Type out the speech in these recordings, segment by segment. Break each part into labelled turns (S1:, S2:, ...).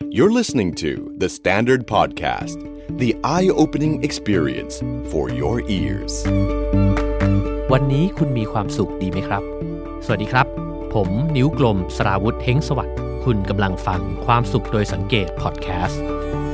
S1: You're listening to The Standard Podcast, the eye-opening experience for your ears.
S2: วันนี้คุณมีความสุขดีไหมครับสวัสดีครับผมนิ้วกลมสราวุธเฮงสวัสดิ์คุณกำลังฟังความสุขโดยสังเกตพอดแคสต์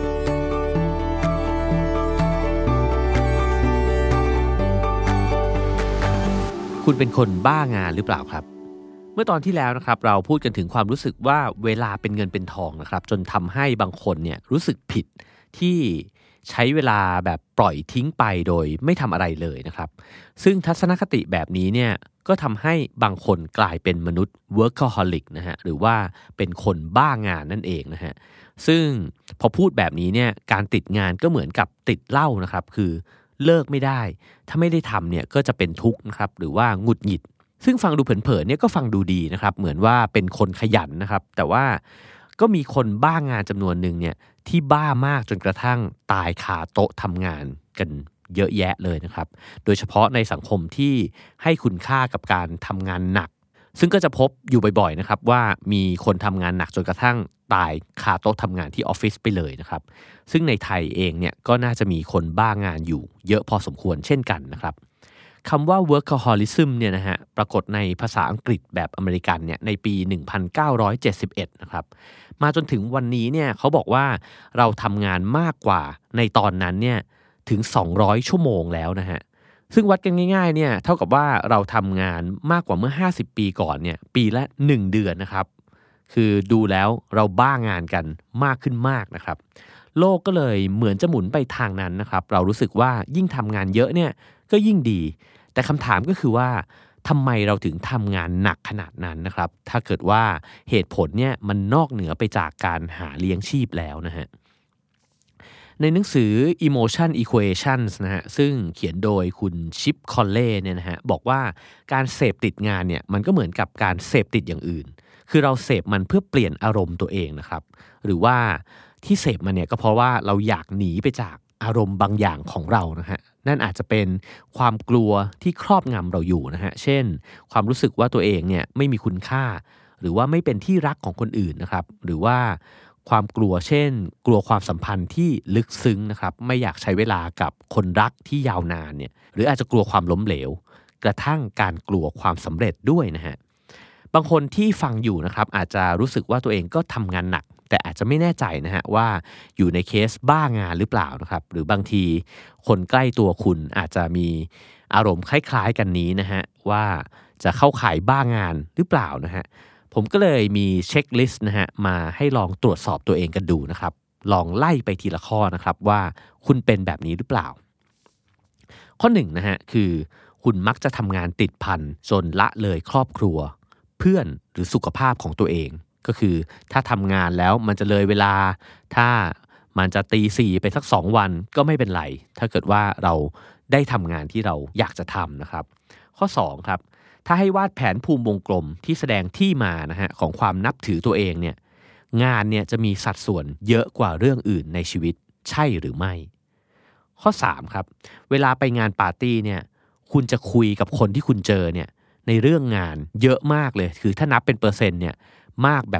S2: คุณเป็นคนบ้างานหรือเปล่าครับเมื่อตอนที่แล้วนะครับเราพูดกันถึงความรู้สึกว่าเวลาเป็นเงินเป็นทองนะครับจนทำให้บางคนเนี่ยรู้สึกผิดที่ใช้เวลาแบบปล่อยทิ้งไปโดยไม่ทำอะไรเลยนะครับซึ่งทัศนคติแบบนี้เนี่ยก็ทำให้บางคนกลายเป็นมนุษย์ workaholic นะฮะหรือว่าเป็นคนบ้างานนั่นเองนะฮะซึ่งพอพูดแบบนี้เนี่ยการติดงานก็เหมือนกับติดเหล้านะครับคือเลิกไม่ได้ถ้าไม่ได้ทำเนี่ยก็จะเป็นทุกข์นะครับหรือว่าหงุดหงิดซึ่งฟังดูเผินๆเนี่ยก็ฟังดูดีนะครับเหมือนว่าเป็นคนขยันนะครับแต่ว่าก็มีคนบ้างานจำนวนหนึ่งเนี่ยที่บ้ามากจนกระทั่งตายคาโต๊ะทำงานกันเยอะแยะเลยนะครับโดยเฉพาะในสังคมที่ให้คุณค่ากับการทำงานหนักซึ่งก็จะพบอยู่บ่อยๆนะครับว่ามีคนทำงานหนักจนกระทั่งตายคาโต๊ะทำงานที่ออฟฟิศไปเลยนะครับซึ่งในไทยเองเนี่ยก็น่าจะมีคนบ้างานอยู่เยอะพอสมควรเช่นกันนะครับคำว่า workaholism เนี่ยนะฮะปรากฏในภาษาอังกฤษแบบอเมริกันเนี่ยในปี 1971 นะครับมาจนถึงวันนี้เนี่ยเขาบอกว่าเราทำงานมากกว่าในตอนนั้นเนี่ยถึง200ชั่วโมงแล้วนะฮะซึ่งวัดกันง่ายๆเนี่ยเท่ากับว่าเราทำงานมากกว่าเมื่อ50ปีก่อนเนี่ยปีละ1เดือนนะครับคือดูแล้วเราบ้างานกันมากขึ้นมากนะครับโลกก็เลยเหมือนจะหมุนไปทางนั้นนะครับเรารู้สึกว่ายิ่งทำงานเยอะเนี่ยก็ยิ่งดีแต่คำถามก็คือว่าทำไมเราถึงทำงานหนักขนาดนั้นนะครับถ้าเกิดว่าเหตุผลเนี่ยมันนอกเหนือไปจากการหาเลี้ยงชีพแล้วนะฮะในหนังสือ Emotion Equations นะฮะซึ่งเขียนโดยคุณชิปคอลเล่เนี่ยนะฮะบอกว่าการเสพติดงานเนี่ยมันก็เหมือนกับการเสพติดอย่างอื่นคือเราเสพมันเพื่อเปลี่ยนอารมณ์ตัวเองนะครับหรือว่าที่เสพมันเนี่ยก็เพราะว่าเราอยากหนีไปจากอารมณ์บางอย่างของเรานะฮะนั่นอาจจะเป็นความกลัวที่ครอบงำเราอยู่นะฮะเช่นความรู้สึกว่าตัวเองเนี่ยไม่มีคุณค่าหรือว่าไม่เป็นที่รักของคนอื่นนะครับหรือว่าความกลัวเช่นกลัวความสัมพันธ์ที่ลึกซึ้งนะครับไม่อยากใช้เวลากับคนรักที่ยาวนานเนี่ยหรืออาจจะกลัวความล้มเหลวกระทั่งการกลัวความสำเร็จด้วยนะฮะบางคนที่ฟังอยู่นะครับอาจจะรู้สึกว่าตัวเองก็ทำงานหนักแต่อาจจะไม่แน่ใจนะฮะว่าอยู่ในเคสบ้างานหรือเปล่านะครับหรือบางทีคนใกล้ตัวคุณอาจจะมีอารมณ์คล้ายๆกันนี้นะฮะว่าจะเข้าข่ายบ้างานหรือเปล่านะฮะผมก็เลยมีเช็คลิสต์นะฮะมาให้ลองตรวจสอบตัวเองกันดูนะครับลองไล่ไปทีละข้อนะครับว่าคุณเป็นแบบนี้หรือเปล่าข้อ1นะฮะคือคุณมักจะทำงานติดพันจนละเลยครอบครัวเพื่อนหรือสุขภาพของตัวเองก็คือถ้าทำงานแล้วมันจะเลยเวลาถ้ามันจะตี 4ไปสัก2วันก็ไม่เป็นไรถ้าเกิดว่าเราได้ทำงานที่เราอยากจะทำนะครับข้อ2ครับถ้าให้วาดแผนภูมิวงกลมที่แสดงที่มานะฮะของความนับถือตัวเองเนี่ยงานเนี่ยจะมีสัดส่วนเยอะกว่าเรื่องอื่นในชีวิตใช่หรือไม่ข้อ3ครับเวลาไปงานปาร์ตี้เนี่ยคุณจะคุยกับคนที่คุณเจอเนี่ยในเรื่องงานเยอะมากเลยคือถ้านับเป็นเปอร์เซ็นต์เนี่ยมากแบบ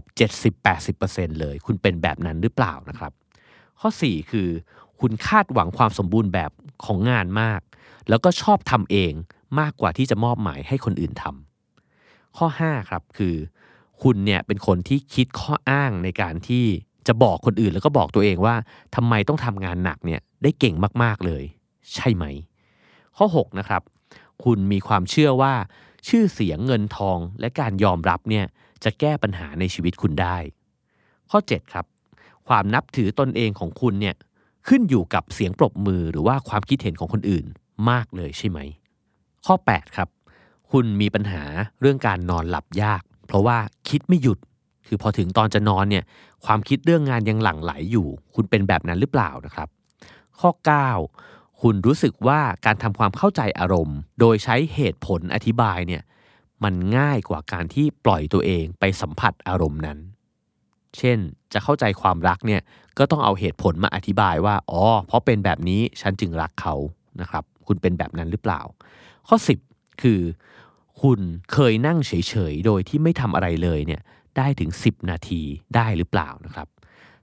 S2: 70-80% เลยคุณเป็นแบบนั้นหรือเปล่านะครับข้อ4คือคุณคาดหวังความสมบูรณ์แบบของงานมากแล้วก็ชอบทำเองมากกว่าที่จะมอบหมายให้คนอื่นทำข้อ5ครับคือคุณเนี่ยเป็นคนที่คิดข้ออ้างในการที่จะบอกคนอื่นแล้วก็บอกตัวเองว่าทำไมต้องทำงานหนักเนี่ยได้เก่งมากๆเลยใช่ไหมข้อ6นะครับคุณมีความเชื่อว่าชื่อเสียงเงินทองและการยอมรับเนี่ยจะแก้ปัญหาในชีวิตคุณได้ข้อ7ครับความนับถือตนเองของคุณเนี่ยขึ้นอยู่กับเสียงปรบมือหรือว่าความคิดเห็นของคนอื่นมากเลยใช่ไหมข้อ8ครับคุณมีปัญหาเรื่องการนอนหลับยากเพราะว่าคิดไม่หยุดคือพอถึงตอนจะนอนเนี่ยความคิดเรื่องงานยังหลั่งไหลอยู่คุณเป็นแบบนั้นหรือเปล่านะครับข้อ9คุณรู้สึกว่าการทำความเข้าใจอารมณ์โดยใช้เหตุผลอธิบายเนี่ยมันง่ายกว่าการที่ปล่อยตัวเองไปสัมผัสอารมณ์นั้นเช่นจะเข้าใจความรักเนี่ยก็ต้องเอาเหตุผลมาอธิบายว่าอ๋อเพราะเป็นแบบนี้ฉันจึงรักเขานะครับคุณเป็นแบบนั้นหรือเปล่าข้อ10คือคุณเคยนั่งเฉยๆโดยที่ไม่ทำอะไรเลยเนี่ยได้ถึง10นาทีได้หรือเปล่านะครับ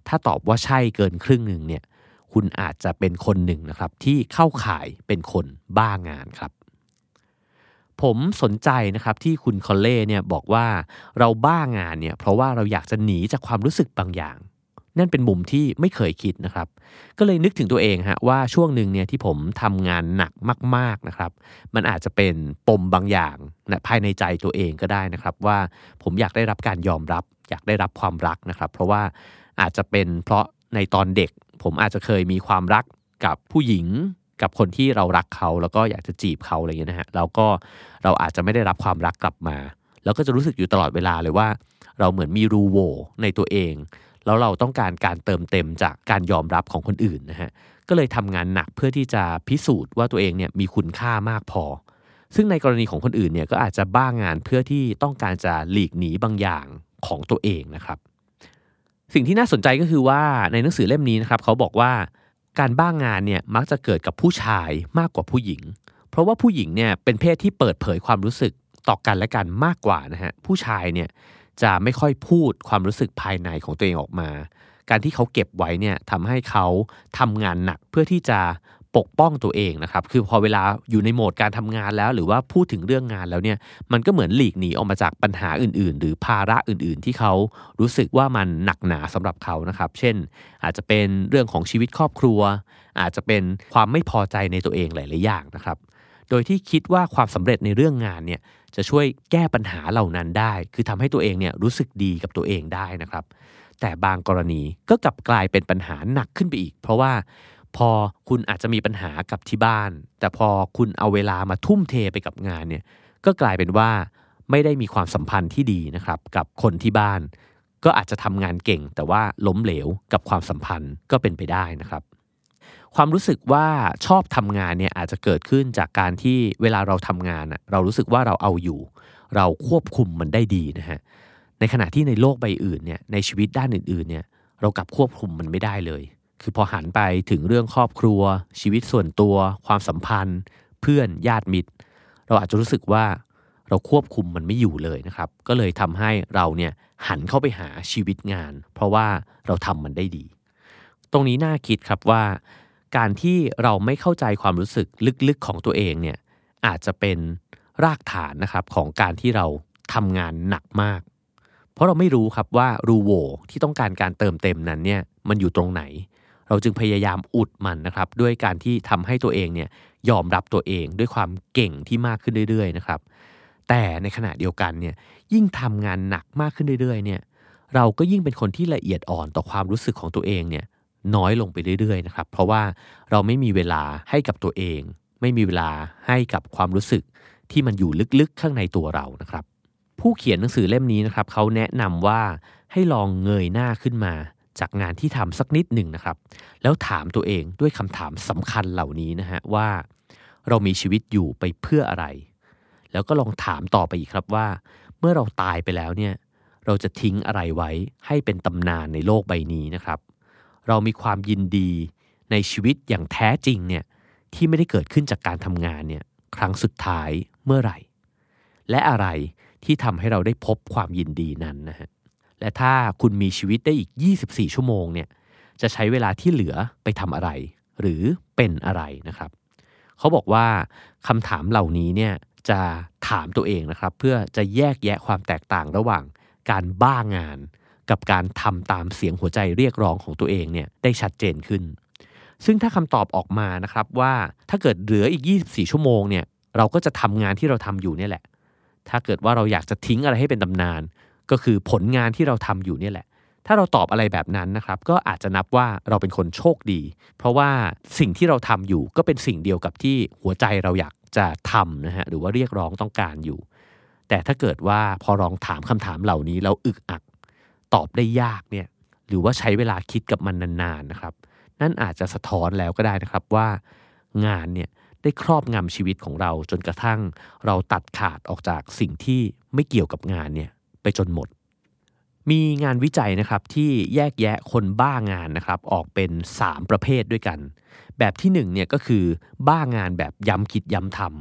S2: ถ้าตอบว่าใช่เกินครึ่งหนึ่งเนี่ยคุณอาจจะเป็นคนหนึ่งนะครับที่เข้าข่ายเป็นคนบ้างานครับผมสนใจนะครับที่คุณคอลเล่เนี่ยบอกว่าเราบ้างานเนี่ยเพราะว่าเราอยากจะหนีจากความรู้สึกบางอย่างนั่นเป็นมุมที่ไม่เคยคิดนะครับก็เลยนึกถึงตัวเองฮะว่าช่วงหนึ่งเนี่ยที่ผมทำงานหนักมากๆนะครับมันอาจจะเป็นปมบางอย่างนะภายในใจตัวเองก็ได้นะครับว่าผมอยากได้รับการยอมรับอยากได้รับความรักนะครับเพราะว่าอาจจะเป็นเพราะในตอนเด็กผมอาจจะเคยมีความรักกับผู้หญิงกับคนที่เรารักเขาแล้วก็อยากจะจีบเขาอะไรอย่างเงี้ยนะฮะแล้วก็เราอาจจะไม่ได้รับความรักกลับมาแล้วก็จะรู้สึกอยู่ตลอดเวลาเลยว่าเราเหมือนมีรูโหว่ในตัวเองแล้วเราต้องการการเติมเต็มจากการยอมรับของคนอื่นนะฮะก็เลยทำงานหนักเพื่อที่จะพิสูจน์ว่าตัวเองเนี่ยมีคุณค่ามากพอซึ่งในกรณีของคนอื่นเนี่ยก็อาจจะบ้างานเพื่อที่ต้องการจะหลีกหนีบางอย่างของตัวเองนะครับสิ่งที่น่าสนใจก็คือว่าในหนังสือเล่มนี้นะครับเขาบอกว่าการบ้างานเนี่ยมักจะเกิดกับผู้ชายมากกว่าผู้หญิงเพราะว่าผู้หญิงเนี่ยเป็นเพศที่เปิดเผยความรู้สึกต่อกันและกันมากกว่านะฮะผู้ชายเนี่ยจะไม่ค่อยพูดความรู้สึกภายในของตัวเองออกมาการที่เขาเก็บไว้เนี่ยทำให้เขาทำงานหนักเพื่อที่จะปกป้องตัวเองนะครับคือพอเวลาอยู่ในโหมดการทำงานแล้วหรือว่าพูดถึงเรื่องงานแล้วเนี่ยมันก็เหมือนหลีกหนีออกมาจากปัญหาอื่นๆหรือภาระอื่นๆที่เขารู้สึกว่ามันหนักหนาสำหรับเขานะครับเช่นอาจจะเป็นเรื่องของชีวิตครอบครัวอาจจะเป็นความไม่พอใจในตัวเองหลายๆอย่างนะครับโดยที่คิดว่าความสำเร็จในเรื่องงานเนี่ยจะช่วยแก้ปัญหาเหล่านั้นได้คือทำให้ตัวเองเนี่ยรู้สึกดีกับตัวเองได้นะครับแต่บางกรณีก็กลับกลายเป็นปัญหาหนักขึ้นไปอีกเพราะว่าพอคุณอาจจะมีปัญหากับที่บ้านแต่พอคุณเอาเวลามาทุ่มเทไปกับงานเนี่ยก็กลายเป็นว่าไม่ได้มีความสัมพันธ์ที่ดีนะครับกับคนที่บ้านก็อาจจะทำงานเก่งแต่ว่าล้มเหลวกับความสัมพันธ์ก็เป็นไปได้นะครับความรู้สึกว่าชอบทำงานเนี่ยอาจจะเกิดขึ้นจากการที่เวลาเราทำงานเรารู้สึกว่าเราเอาอยู่เราควบคุมมันได้ดีนะฮะในขณะที่ในโลกใบอื่นเนี่ยในชีวิตด้านอื่นๆเนี่ยเรากลับควบคุมมันไม่ได้เลยคือพอหันไปถึงเรื่องครอบครัวชีวิตส่วนตัวความสัมพันธ์เพื่อนญาติมิตรเราอาจจะรู้สึกว่าเราควบคุมมันไม่อยู่เลยนะครับก็เลยทำให้เราเนี่ยหันเข้าไปหาชีวิตงานเพราะว่าเราทำมันได้ดีตรงนี้น่าคิดครับว่าการที่เราไม่เข้าใจความรู้สึกลึกๆของตัวเองเนี่ยอาจจะเป็นรากฐานนะครับของการที่เราทำงานหนักมากเพราะเราไม่รู้ครับว่ารูโหว่ที่ต้องการการเติมเต็มนั้นเนี่ยมันอยู่ตรงไหนเราจึงพยายามอุดมันนะครับด้วยการที่ทำให้ตัวเองเนี่ยยอมรับตัวเองด้วยความเก่งที่มากขึ้นเรื่อยๆนะครับแต่ในขณะเดียวกันเนี่ยยิ่งทำงานหนักมากขึ้นเรื่อยๆเนี่ยเราก็ยิ่งเป็นคนที่ละเอียดอ่อนต่อความรู้สึกของตัวเองเนี่ยน้อยลงไปเรื่อยๆนะครับเพราะว่าเราไม่มีเวลาให้กับตัวเองไม่มีเวลาให้กับความรู้สึกที่มันอยู่ลึกๆข้างในตัวเรานะครับผู้เขียนหนังสือเล่มนี้นะครับเขาแนะนำว่าให้ลองเงยหน้าขึ้นมาจากงานที่ทำสักนิดหนึ่งนะครับแล้วถามตัวเองด้วยคำถามสำคัญเหล่านี้นะฮะว่าเรามีชีวิตอยู่ไปเพื่ออะไรแล้วก็ลองถามต่อไปอีกครับว่าเมื่อเราตายไปแล้วเนี่ยเราจะทิ้งอะไรไว้ให้เป็นตำนานในโลกใบนี้นะครับเรามีความยินดีในชีวิตอย่างแท้จริงเนี่ยที่ไม่ได้เกิดขึ้นจากการทำงานเนี่ยครั้งสุดท้ายเมื่อไหร่และอะไรที่ทำให้เราได้พบความยินดีนั้นนะฮะและถ้าคุณมีชีวิตได้อีก24ชั่วโมงเนี่ยจะใช้เวลาที่เหลือไปทำอะไรหรือเป็นอะไรนะครับเขาบอกว่าคำถามเหล่านี้เนี่ยจะถามตัวเองนะครับเพื่อจะแยกแยะความแตกต่างระหว่างการบ้างานกับการทำตามเสียงหัวใจเรียกร้องของตัวเองเนี่ยได้ชัดเจนขึ้นซึ่งถ้าคำตอบออกมานะครับว่าถ้าเกิดเหลืออีก24ชั่วโมงเนี่ยเราก็จะทำงานที่เราทำอยู่เนี่ยแหละถ้าเกิดว่าเราอยากจะทิ้งอะไรให้เป็นตำนานก็คือผลงานที่เราทำอยู่เนี่ยแหละถ้าเราตอบอะไรแบบนั้นนะครับก็อาจจะนับว่าเราเป็นคนโชคดีเพราะว่าสิ่งที่เราทำอยู่ก็เป็นสิ่งเดียวกับที่หัวใจเราอยากจะทำนะฮะหรือว่าเรียกร้องต้องการอยู่แต่ถ้าเกิดว่าพอลองถามคำถามเหล่านี้เราอึกอักตอบได้ยากเนี่ยหรือว่าใช้เวลาคิดกับมันนานๆนะครับนั่นอาจจะสะท้อนแล้วก็ได้นะครับว่างานเนี่ยได้ครอบงำชีวิตของเราจนกระทั่งเราตัดขาดออกจากสิ่งที่ไม่เกี่ยวกับงานเนี่ยไปจนหมดมีงานวิจัยนะครับที่แยกแยะคนบ้างานนะครับออกเป็น3ประเภทด้วยกันแบบที่1เนี่ยก็คือบ้างานแบบย้ำคิดย้ำทำ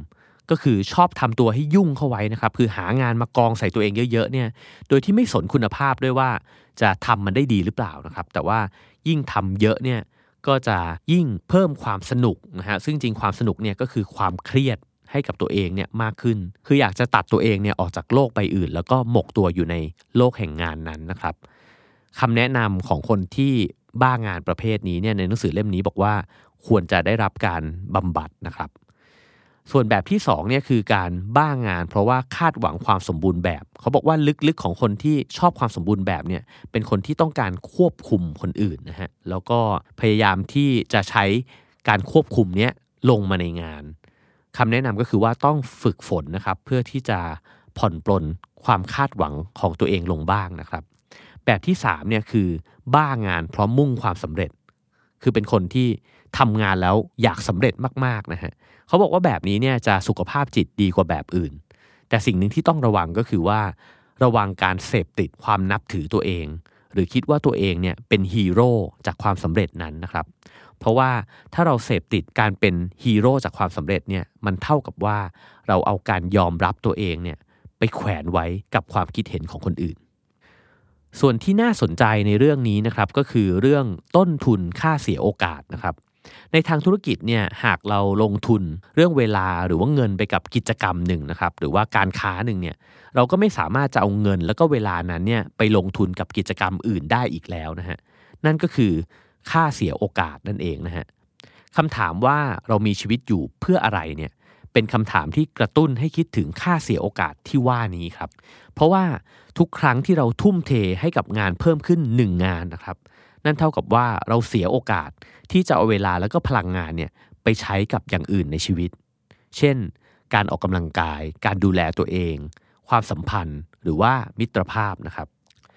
S2: ก็คือชอบทำตัวให้ยุ่งเข้าไว้นะครับคือหางานมากองใส่ตัวเองเยอะๆเนี่ยโดยที่ไม่สนคุณภาพด้วยว่าจะทำมันได้ดีหรือเปล่านะครับแต่ว่ายิ่งทำเยอะเนี่ยก็จะยิ่งเพิ่มความสนุกนะฮะซึ่งจริงความสนุกเนี่ยก็คือความเครียดให้กับตัวเองเนี่ยมากขึ้นคืออยากจะตัดตัวเองเนี่ยออกจากโลกใบอื่นแล้วก็หมกตัวอยู่ในโลกแห่งงานนั้นนะครับคำแนะนำของคนที่บ้างานประเภทนี้เนี่ยในหนังสือเล่มนี้บอกว่าควรจะได้รับการบำบัดนะครับส่วนแบบที่2เนี่ยคือการบ้างานเพราะว่าคาดหวังความสมบูรณ์แบบเขาบอกว่าลึกๆของคนที่ชอบความสมบูรณ์แบบเนี่ยเป็นคนที่ต้องการควบคุมคนอื่นนะฮะแล้วก็พยายามที่จะใช้การควบคุมเนี้ยลงมาในงานคำแนะนำก็คือว่าต้องฝึกฝนนะครับเพื่อที่จะผ่อนปลนความคาดหวังของตัวเองลงบ้างนะครับแบบที่3เนี่ยคือบ้างานเพราะมุ่งความสำเร็จคือเป็นคนที่ทำงานแล้วอยากสำเร็จมากๆนะฮะเขาบอกว่าแบบนี้เนี่ยจะสุขภาพจิตดีกว่าแบบอื่นแต่สิ่งหนึ่งที่ต้องระวังก็คือว่าระวังการเสพติดความนับถือตัวเองหรือคิดว่าตัวเองเนี่ยเป็นฮีโร่จากความสำเร็จนั้นนะครับเพราะว่าถ้าเราเสพติดการเป็นฮีโร่จากความสำเร็จเนี่ยมันเท่ากับว่าเราเอาการยอมรับตัวเองเนี่ยไปแขวนไว้กับความคิดเห็นของคนอื่นส่วนที่น่าสนใจในเรื่องนี้นะครับก็คือเรื่องต้นทุนค่าเสียโอกาสนะครับในทางธุรกิจเนี่ยหากเราลงทุนเรื่องเวลาหรือว่าเงินไปกับกิจกรรมหนึ่งนะครับหรือว่าการค้าหนึ่งเนี่ยเราก็ไม่สามารถจะเอาเงินแล้วก็เวลานั้นเนี่ยไปลงทุนกับกิจกรรมอื่นได้อีกแล้วนะฮะนั่นก็คือค่าเสียโอกาสนั่นเองนะฮะคำถามว่าเรามีชีวิตอยู่เพื่ออะไรเนี่ยเป็นคำถามที่กระตุ้นให้คิดถึงค่าเสียโอกาสที่ว่านี้ครับเพราะว่าทุกครั้งที่เราทุ่มเทให้กับงานเพิ่มขึ้น1งานนะครับนั่นเท่ากับว่าเราเสียโอกาสที่จะเอาเวลาแล้วก็พลังงานเนี่ยไปใช้กับอย่างอื่นในชีวิตเช่นการออกกำลังกายการดูแลตัวเองความสัมพันธ์หรือว่ามิตรภาพนะครับ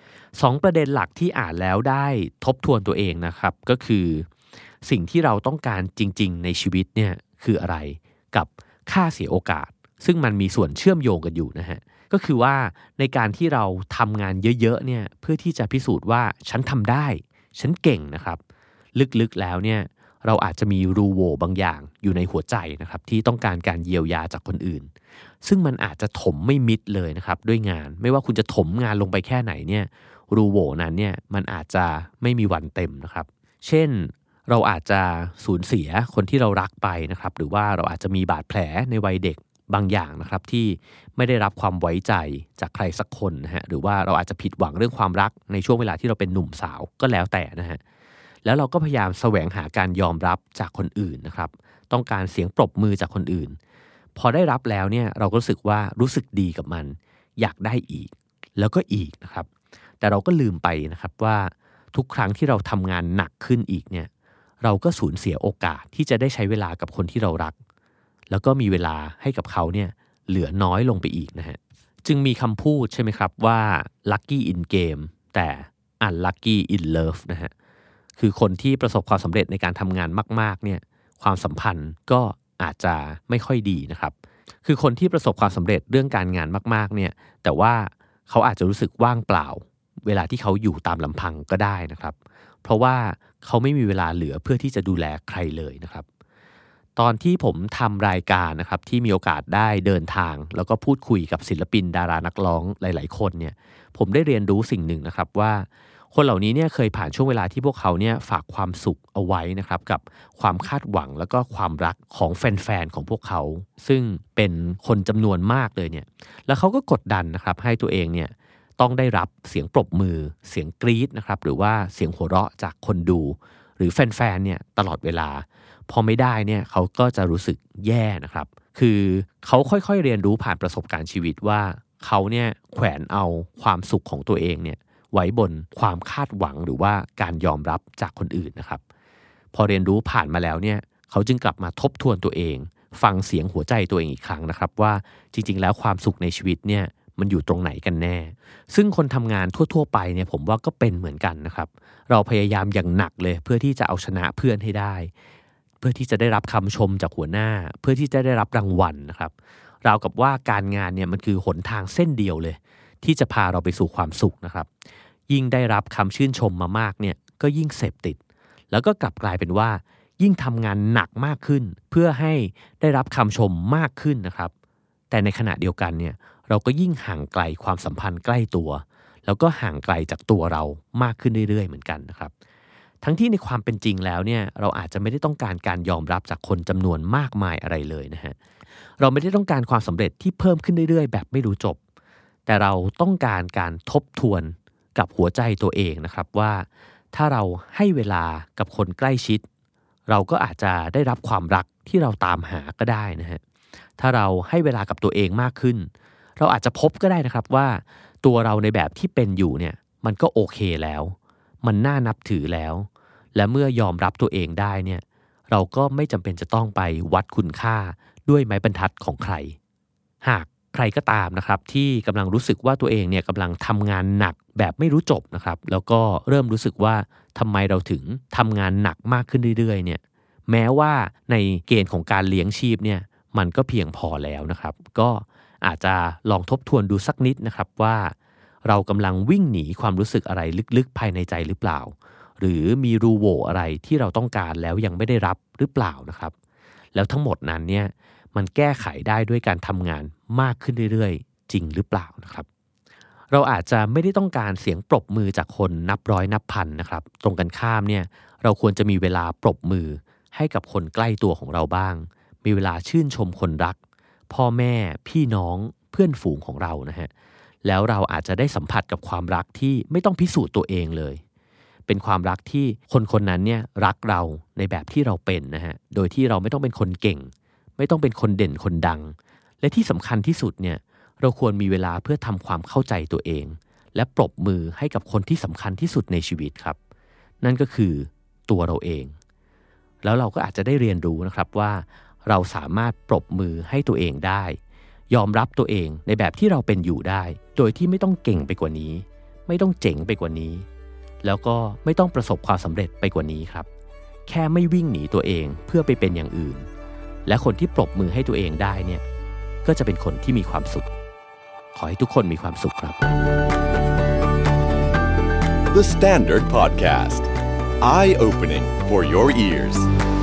S2: 2ประเด็นหลักที่อ่านแล้วได้ทบทวนตัวเองนะครับก็คือสิ่งที่เราต้องการจริงๆในชีวิตเนี่ยคืออะไรกับค่าเสียโอกาสซึ่งมันมีส่วนเชื่อมโยงกันอยู่นะฮะก็คือว่าในการที่เราทำงานเยอะๆเนี่ยเพื่อที่จะพิสูจน์ว่าฉันทำได้ฉันเก่งนะครับลึกๆแล้วเนี่ยเราอาจจะมีรูโหว่บางอย่างอยู่ในหัวใจนะครับที่ต้องการการเยียวยาจากคนอื่นซึ่งมันอาจจะถมไม่มิดเลยนะครับด้วยงานไม่ว่าคุณจะถมงานลงไปแค่ไหนเนี่ยรูโหว่นั้นเนี่ยมันอาจจะไม่มีวันเต็มนะครับเช่นเราอาจจะสูญเสียคนที่เรารักไปนะครับหรือว่าเราอาจจะมีบาดแผลในวัยเด็กบางอย่างนะครับที่ไม่ได้รับความไว้ใจจากใครสักคนนะฮะหรือว่าเราอาจจะผิดหวังเรื่องความรักในช่วงเวลาที่เราเป็นหนุ่มสาวก็แล้วแต่นะฮะแล้วเราก็พยายามแสวงหาการยอมรับจากคนอื่นนะครับต้องการเสียงปรบมือจากคนอื่นพอได้รับแล้วเนี่ยเราก็รู้สึกดีกับมันอยากได้อีกแล้วก็อีกนะครับแต่เราก็ลืมไปนะครับว่าทุกครั้งที่เราทำงานหนักขึ้นอีกเนี่ยเราก็สูญเสียโอกาสที่จะได้ใช้เวลากับคนที่เรารักแล้วก็มีเวลาให้กับเขาเนี่ยเหลือน้อยลงไปอีกนะฮะจึงมีคำพูดใช่ไหมครับว่า lucky in game แต่ unlucky in love นะฮะคือคนที่ประสบความสำเร็จในการทำงานมากๆเนี่ยความสัมพันธ์ก็อาจจะไม่ค่อยดีนะครับคือคนที่ประสบความสำเร็จเรื่องการงานมากๆเนี่ยแต่ว่าเขาอาจจะรู้สึกว่างเปล่าเวลาที่เขาอยู่ตามลำพังก็ได้นะครับเพราะว่าเขาไม่มีเวลาเหลือเพื่อที่จะดูแลใครเลยนะครับตอนที่ผมทำรายการนะครับที่มีโอกาสได้เดินทางแล้วก็พูดคุยกับศิลปินดารานักร้องหลายๆคนเนี่ยผมได้เรียนรู้สิ่งหนึ่งนะครับว่าคนเหล่านี้เนี่ยเคยผ่านช่วงเวลาที่พวกเขาเนี่ยฝากความสุขเอาไว้นะครับกับความคาดหวังแล้วก็ความรักของแฟนๆของพวกเขาซึ่งเป็นคนจำนวนมากเลยเนี่ยแล้วเขาก็กดดันนะครับให้ตัวเองเนี่ยต้องได้รับเสียงปรบมือเสียงกรี๊ดนะครับหรือว่าเสียงหัวเราะจากคนดูหรือแฟนๆเนี่ยตลอดเวลาพอไม่ได้เนี่ยเขาก็จะรู้สึกแย่นะครับคือเขาค่อยๆเรียนรู้ผ่านประสบการณ์ชีวิตว่าเขาเนี่ยแขวนเอาความสุขของตัวเองเนี่ยไว้บนความคาดหวังหรือว่าการยอมรับจากคนอื่นนะครับพอเรียนรู้ผ่านมาแล้วเนี่ยเขาจึงกลับมาทบทวนตัวเองฟังเสียงหัวใจตัวเองอีกครั้งนะครับว่าจริงๆแล้วความสุขในชีวิตเนี่ยมันอยู่ตรงไหนกันแน่ซึ่งคนทำงานทั่วๆไปเนี่ยผมว่าก็เป็นเหมือนกันนะครับเราพยายามอย่างหนักเลยเพื่อที่จะเอาชนะเพื่อนให้ได้เพื่อที่จะได้รับคำชมจากหัวหน้าเพื่อที่จะได้รับรางวัลนะครับราวกับว่าการงานเนี่ยมันคือหนทางเส้นเดียวเลยที่จะพาเราไปสู่ความสุขนะครับยิ่งได้รับคำชื่นชมมามากเนี่ยก็ยิ่งเสพติดแล้วก็กลับกลายเป็นว่ายิ่งทำงานหนักมากขึ้นเพื่อให้ได้รับคำชมมากขึ้นนะครับแต่ในขณะเดียวกันเนี่ยเราก็ยิ่งห่างไกลความสัมพันธ์ใกล้ตัวแล้วก็ห่างไกลจากตัวเรามากขึ้นเรื่อยๆเหมือนกันนะครับทั้งที่ในความเป็นจริงแล้วเนี่ยเราอาจจะไม่ได้ต้องการการยอมรับจากคนจำนวนมากมายอะไรเลยนะฮะเราไม่ได้ต้องการความสำเร็จที่เพิ่มขึ้นเรื่อยๆแบบไม่รู้จบแต่เราต้องการการทบทวนกับหัวใจตัวเองนะครับว่าถ้าเราให้เวลากับคนใกล้ชิดเราก็อาจจะได้รับความรักที่เราตามหาก็ได้นะฮะถ้าเราให้เวลากับตัวเองมากขึ้นเราอาจจะพบก็ได้นะครับว่าตัวเราในแบบที่เป็นอยู่เนี่ยมันก็โอเคแล้วมันน่านับถือแล้วและเมื่อยอมรับตัวเองได้เนี่ยเราก็ไม่จำเป็นจะต้องไปวัดคุณค่าด้วยไม้บรรทัดของใครหากใครก็ตามนะครับที่กำลังรู้สึกว่าตัวเองเนี่ยกำลังทำงานหนักแบบไม่รู้จบนะครับแล้วก็เริ่มรู้สึกว่าทำไมเราถึงทำงานหนักมากขึ้นเรื่อยๆเนี่ยแม้ว่าในเกณฑ์ของการเลี้ยงชีพเนี่ยมันก็เพียงพอแล้วนะครับก็อาจจะลองทบทวนดูสักนิดนะครับว่าเรากำลังวิ่งหนีความรู้สึกอะไรลึกๆภายในใจหรือเปล่าหรือมีรูโหว่อะไรที่เราต้องการแล้วยังไม่ได้รับหรือเปล่านะครับแล้วทั้งหมดนั้นเนี่ยมันแก้ไขได้ด้วยการทำงานมากขึ้นเรื่อยๆจริงหรือเปล่านะครับเราอาจจะไม่ได้ต้องการเสียงปรบมือจากคนนับร้อยนับพันนะครับตรงกันข้ามเนี่ยเราควรจะมีเวลาปรบมือให้กับคนใกล้ตัวของเราบ้างมีเวลาชื่นชมคนรักพ่อแม่พี่น้องเพื่อนฝูงของเรานะฮะแล้วเราอาจจะได้สัมผัสกับความรักที่ไม่ต้องพิสูจน์ตัวเองเลยเป็นความรักที่คนนั้นเนี่ยรักเราในแบบที่เราเป็นนะฮะโดยที่เราไม่ต้องเป็นคนเก่งไม่ต้องเป็นคนเด่นคนดังและที่สำคัญที่สุดเนี่ยเราควรมีเวลาเพื่อทำความเข้าใจตัวเองและปรบมือให้กับคนที่สำคัญที่สุดในชีวิตครับนั่นก็คือตัวเราเองแล้วเราก็อาจจะได้เรียนรู้นะครับว่าเราสามารถปรบมือให้ตัวเองได้ยอมรับตัวเองในแบบที่เราเป็นอยู่ได้โดยที่ไม่ต้องเก่งไปกว่านี้ไม่ต้องเจ๋งไปกว่านี้แล้วก็ไม่ต้องประสบความสำเร็จไปกว่านี้ครับแค่ไม่วิ่งหนีตัวเองเพื่อไปเป็นอย่างอื่นและคนที่ปรบมือให้ตัวเองได้เนี่ยก็จะเป็นคนที่มีความสุขขอให้ทุกคนมีความสุขครับ
S1: The Standard Podcast Eye Opening for Your Ears